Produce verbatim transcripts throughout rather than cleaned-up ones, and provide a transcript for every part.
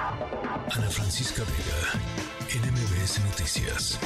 Ana Francisca Vega, N M B S Noticias.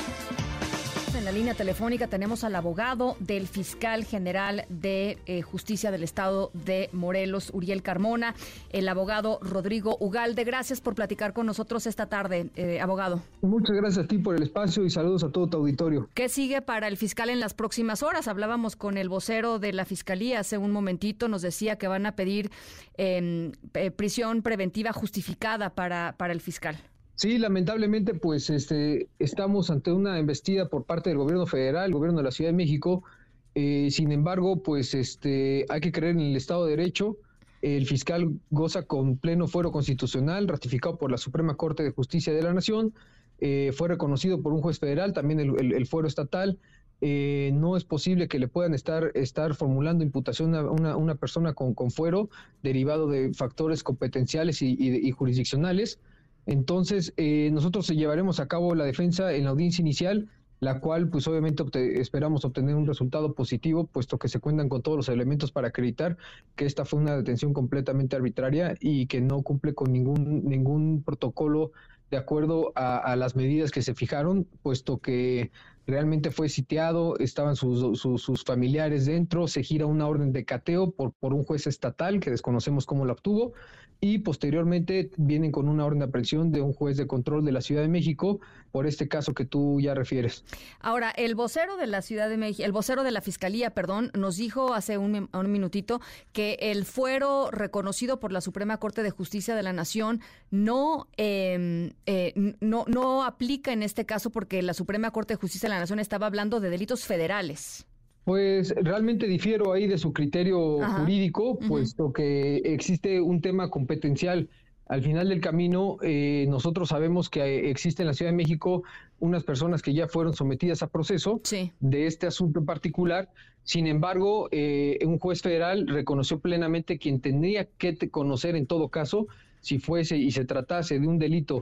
En la línea telefónica tenemos al abogado del fiscal general de eh, Justicia del Estado de Morelos, Uriel Carmona, el abogado Rodrigo Ugalde. Gracias por platicar con nosotros esta tarde, eh, abogado. Muchas gracias a ti por el espacio y saludos a todo tu auditorio. ¿Qué sigue para el fiscal en las próximas horas? Hablábamos con el vocero de la Fiscalía hace un momentito, nos decía que van a pedir eh, eh, prisión preventiva justificada para, para el fiscal. Sí, lamentablemente, pues este, estamos ante una embestida por parte del gobierno federal, el gobierno de la Ciudad de México. Eh, sin embargo, pues este, hay que creer en el Estado de Derecho. El fiscal goza con pleno fuero constitucional, ratificado por la Suprema Corte de Justicia de la Nación. Eh, fue reconocido por un juez federal, también el, el, el fuero estatal. Eh, no es posible que le puedan estar, estar formulando imputación a una, una persona con, con fuero derivado de factores competenciales y, y, y jurisdiccionales. Entonces, eh, nosotros llevaremos a cabo la defensa en la audiencia inicial, la cual, pues obviamente obte- esperamos obtener un resultado positivo, puesto que se cuentan con todos los elementos para acreditar que esta fue una detención completamente arbitraria y que no cumple con ningún, ningún protocolo de acuerdo a, a las medidas que se fijaron, puesto que realmente fue sitiado, estaban sus, sus, sus familiares dentro, se gira una orden de cateo por, por un juez estatal que desconocemos cómo la obtuvo, y posteriormente vienen con una orden de aprehensión de un juez de control de la Ciudad de México por este caso que tú ya refieres. Ahora, el vocero de la Ciudad de México, el vocero de la Fiscalía, perdón, nos dijo hace un, un minutito que el fuero reconocido por la Suprema Corte de Justicia de la Nación no, eh, eh, no, no aplica en este caso porque la Suprema Corte de Justicia de la Nación estaba hablando de delitos federales. Pues realmente difiero ahí de su criterio Ajá. jurídico, uh-huh. puesto que existe un tema competencial. Al final del camino, eh, nosotros sabemos que existe en la Ciudad de México unas personas que ya fueron sometidas a proceso sí. de este asunto en particular. Sin embargo, eh, un juez federal reconoció plenamente quien tendría que conocer en todo caso, si fuese y se tratase de un delito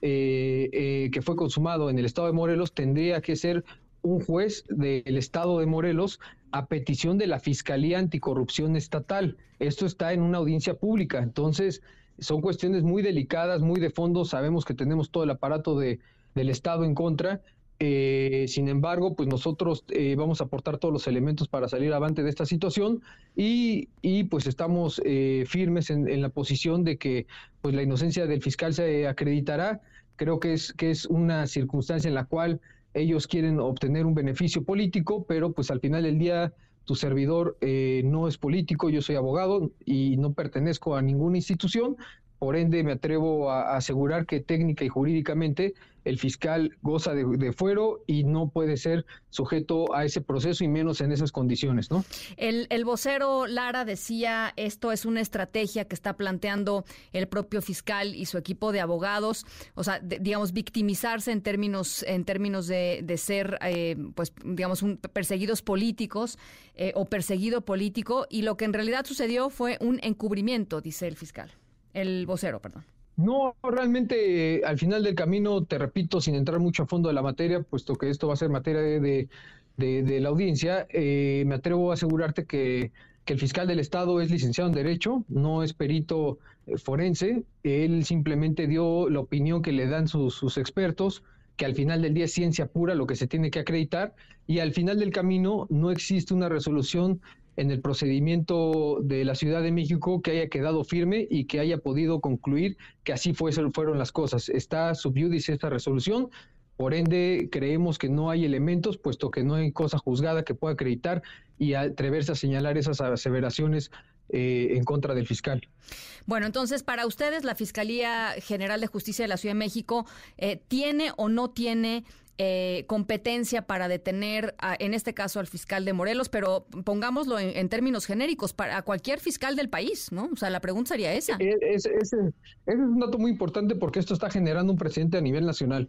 eh, eh, que fue consumado en el estado de Morelos, tendría que ser un juez del estado de Morelos a petición de la Fiscalía Anticorrupción Estatal. Esto está en una audiencia pública, entonces son cuestiones muy delicadas, muy de fondo. Sabemos que tenemos todo el aparato de, del Estado en contra. Eh, sin embargo, pues nosotros eh, vamos a aportar todos los elementos para salir avante de esta situación y, y pues estamos eh, firmes en, en la posición de que pues la inocencia del fiscal se acreditará. Creo que es, que es una circunstancia en la cual ellos quieren obtener un beneficio político, pero pues al final del día tu servidor eh, no es político, yo soy abogado y no pertenezco a ninguna institución, por ende me atrevo a, a asegurar que técnica y jurídicamente el fiscal goza de, de fuero y no puede ser sujeto a ese proceso y menos en esas condiciones, ¿no? El, el vocero Lara decía, esto es una estrategia que está planteando el propio fiscal y su equipo de abogados, o sea, de, digamos, victimizarse en términos en términos de, de ser, eh, pues, digamos, un, perseguidos políticos eh, o perseguido político, y lo que en realidad sucedió fue un encubrimiento, dice el fiscal, el vocero, perdón. No, realmente al final del camino, te repito, sin entrar mucho a fondo de la materia, puesto que esto va a ser materia de, de, de, de la audiencia, eh, me atrevo a asegurarte que, que el fiscal del Estado es licenciado en Derecho, no es perito eh, forense, él simplemente dio la opinión que le dan sus, sus expertos, que al final del día es ciencia pura lo que se tiene que acreditar, y al final del camino no existe una resolución en el procedimiento de la Ciudad de México que haya quedado firme y que haya podido concluir que así fue, fueron las cosas. Está sub iudice esta resolución, por ende creemos que no hay elementos, puesto que no hay cosa juzgada que pueda acreditar y atreverse a señalar esas aseveraciones eh, en contra del fiscal. Bueno, entonces, para ustedes, la Fiscalía General de Justicia de la Ciudad de México eh, ¿tiene o no tiene Eh, competencia para detener, a, en este caso, al fiscal de Morelos, pero pongámoslo en, en términos genéricos, para a cualquier fiscal del país, ¿no? O sea, la pregunta sería esa. Ese es, es, es un dato muy importante porque esto está generando un precedente a nivel nacional.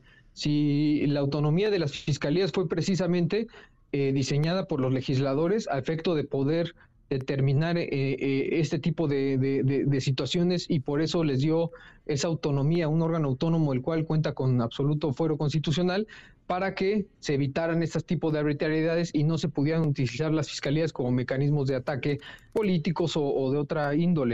Si la autonomía de las fiscalías fue precisamente eh, diseñada por los legisladores a efecto de poder determinar eh, eh, este tipo de, de, de, de situaciones, y por eso les dio esa autonomía, un órgano autónomo el cual cuenta con absoluto fuero constitucional, para que se evitaran estos tipos de arbitrariedades y no se pudieran utilizar las fiscalías como mecanismos de ataque políticos o, o de otra índole.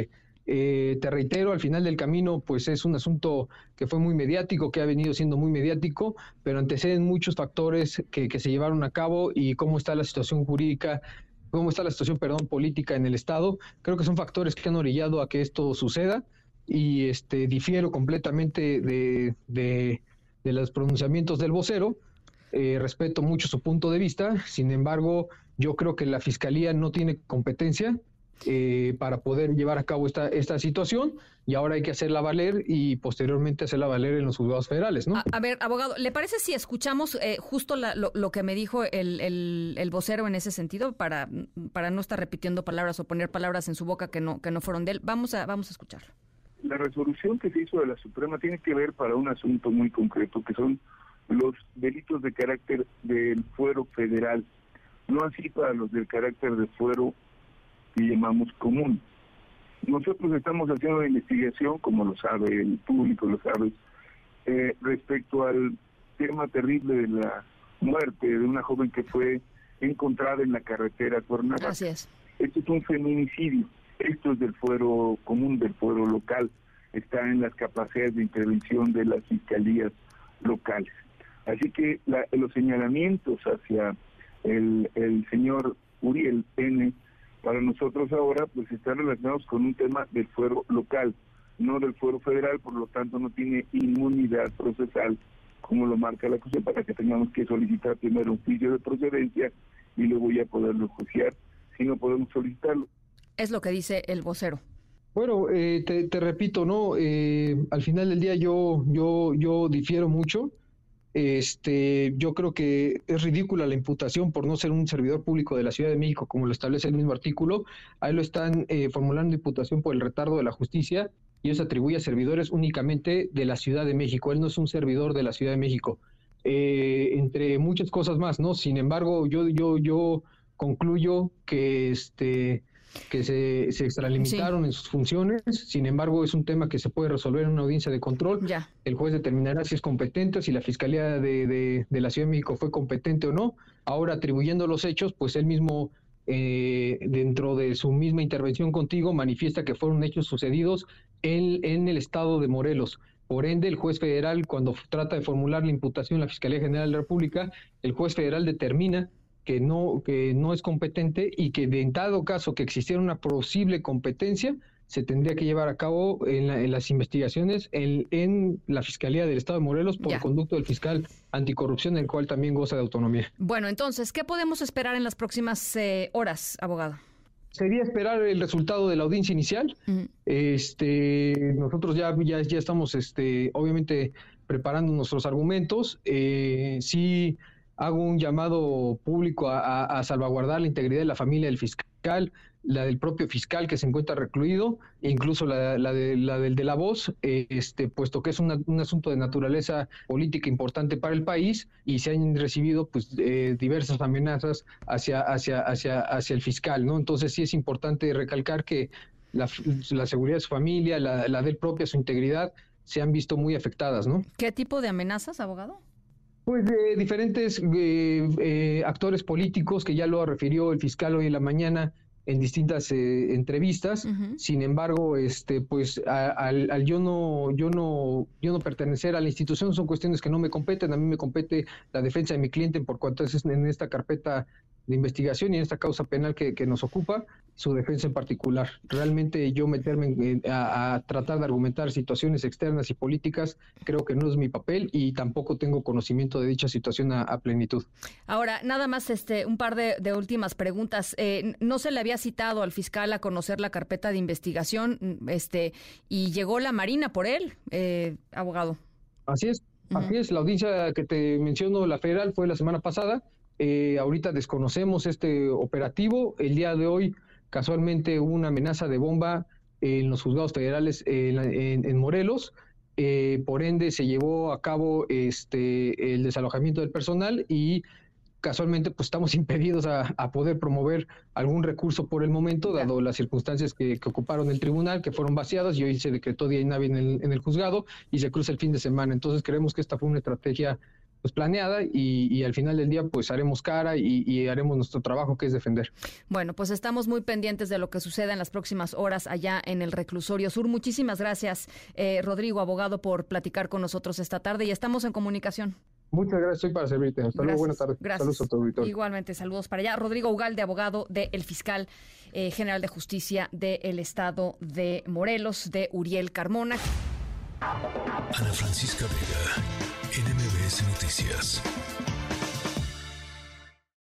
Eh, te reitero, al final del camino, pues es un asunto que fue muy mediático, que ha venido siendo muy mediático, pero anteceden muchos factores que, que se llevaron a cabo y cómo está la situación jurídica, cómo está la situación, perdón, política en el Estado. Creo que son factores que han orillado a que esto suceda y este difiero completamente de, de, de los pronunciamientos del vocero. Eh, respeto mucho su punto de vista, sin embargo, yo creo que la Fiscalía no tiene competencia Eh, para poder llevar a cabo esta, esta situación, y ahora hay que hacerla valer y posteriormente hacerla valer en los juzgados federales, ¿no? A, a ver, abogado, ¿le parece si escuchamos eh, justo la, lo, lo que me dijo el, el, el vocero en ese sentido, para, para no estar repitiendo palabras o poner palabras en su boca que no, que no fueron de él? Vamos a, vamos a escucharlo. La resolución que se hizo de la Suprema tiene que ver para un asunto muy concreto, que son los delitos de carácter del fuero federal, no así para los del carácter de fuero que llamamos común. Nosotros estamos haciendo una investigación, como lo sabe el público, lo sabe, eh, respecto al tema terrible de la muerte de una joven que fue encontrada en la carretera Cuernavaca. Así es. Esto es un feminicidio. Esto es del fuero común, del fuero local. Está en las capacidades de intervención de las fiscalías locales. Así que la, los señalamientos hacia el, el señor Uriel N., para nosotros ahora pues están relacionados con un tema del fuero local, no del fuero federal, por lo tanto no tiene inmunidad procesal, como lo marca la Constitución, para que tengamos que solicitar primero un juicio de procedencia y luego ya poderlo juzgar, si no podemos solicitarlo. Es lo que dice el vocero. Bueno, eh, te, te repito, ¿no? Eh, al final del día yo, yo, yo difiero mucho. Este, yo creo que es ridícula la imputación por no ser un servidor público de la Ciudad de México, como lo establece el mismo artículo. Ahí lo están eh, formulando imputación por el retardo de la justicia, y eso se atribuye a servidores únicamente de la Ciudad de México. Él no es un servidor de la Ciudad de México, eh, entre muchas cosas más, ¿no? Sin embargo, yo, yo, yo concluyo que este que se, se extralimitaron sí. en sus funciones. Sin embargo, es un tema que se puede resolver en una audiencia de control. Ya. El juez determinará si es competente, si la Fiscalía de, de, de la Ciudad de México fue competente o no. Ahora, atribuyendo los hechos, pues él mismo, eh, dentro de su misma intervención contigo, manifiesta que fueron hechos sucedidos en, en el estado de Morelos. Por ende, el juez federal, cuando trata de formular la imputación en la Fiscalía General de la República, el juez federal determina que no que no es competente, y que de en dado caso que existiera una posible competencia, se tendría que llevar a cabo en, la, en las investigaciones en, en la Fiscalía del Estado de Morelos por ya. conducto del fiscal anticorrupción, el cual también goza de autonomía. Bueno, entonces, ¿qué podemos esperar en las próximas eh, horas, abogado? Sería esperar el resultado de la audiencia inicial. Uh-huh. Este, nosotros ya, ya, ya estamos este, obviamente preparando nuestros argumentos. Eh, sí hago un llamado público a, a, a salvaguardar la integridad de la familia del fiscal, la del propio fiscal que se encuentra recluido, e incluso la, la, de, la del de la voz, eh, este, puesto que es una, un asunto de naturaleza política importante para el país, y se han recibido pues eh, diversas amenazas hacia, hacia, hacia, hacia el fiscal, ¿no? Entonces sí es importante recalcar que la, la seguridad de su familia, la, la del propia, su integridad, se han visto muy afectadas, ¿no? ¿Qué tipo de amenazas, abogado? Pues de diferentes eh, eh, actores políticos, que ya lo refirió el fiscal hoy en la mañana en distintas eh, entrevistas. Uh-huh. Sin embargo, este, pues a, al, al yo no, yo no, yo no pertenecer a la institución, son cuestiones que no me competen. A mí me compete la defensa de mi cliente por cuanto es en esta carpeta de investigación y en esta causa penal que, que nos ocupa, su defensa en particular. Realmente yo meterme en, a, a tratar de argumentar situaciones externas y políticas, creo que no es mi papel, y tampoco tengo conocimiento de dicha situación a, a plenitud. Ahora, nada más este un par de, de últimas preguntas. Eh, no se le había citado al fiscal a conocer la carpeta de investigación, este y llegó la Marina por él, eh, abogado. Así es, uh-huh. así es. La audiencia que te menciono, la federal, fue la semana pasada. Eh, ahorita desconocemos este operativo. El día de hoy, casualmente, hubo una amenaza de bomba en los juzgados federales en, en, en Morelos. Eh, por ende, se llevó a cabo este el desalojamiento del personal, y casualmente pues estamos impedidos a, a poder promover algún recurso por el momento, dado las circunstancias que, que ocuparon el tribunal, que fueron vaciadas, y hoy se decretó día inhábil en el, en el juzgado y se cruza el fin de semana. Entonces creemos que esta fue una estrategia pues planeada y, y al final del día pues haremos cara y, y haremos nuestro trabajo, que es defender. Bueno, pues estamos muy pendientes de lo que suceda en las próximas horas allá en el Reclusorio Sur. Muchísimas gracias, eh, Rodrigo, abogado, por platicar con nosotros esta tarde y estamos en comunicación. Muchas gracias, estoy para servirte. Hasta Gracias. luego, buenas tardes. Gracias. Saludos a tu auditorio. Igualmente, saludos para allá. Rodrigo Ugalde, abogado del fiscal eh, general de justicia del estado de Morelos, de Uriel Carmona. Ana Francisca Vega, N M B S Noticias.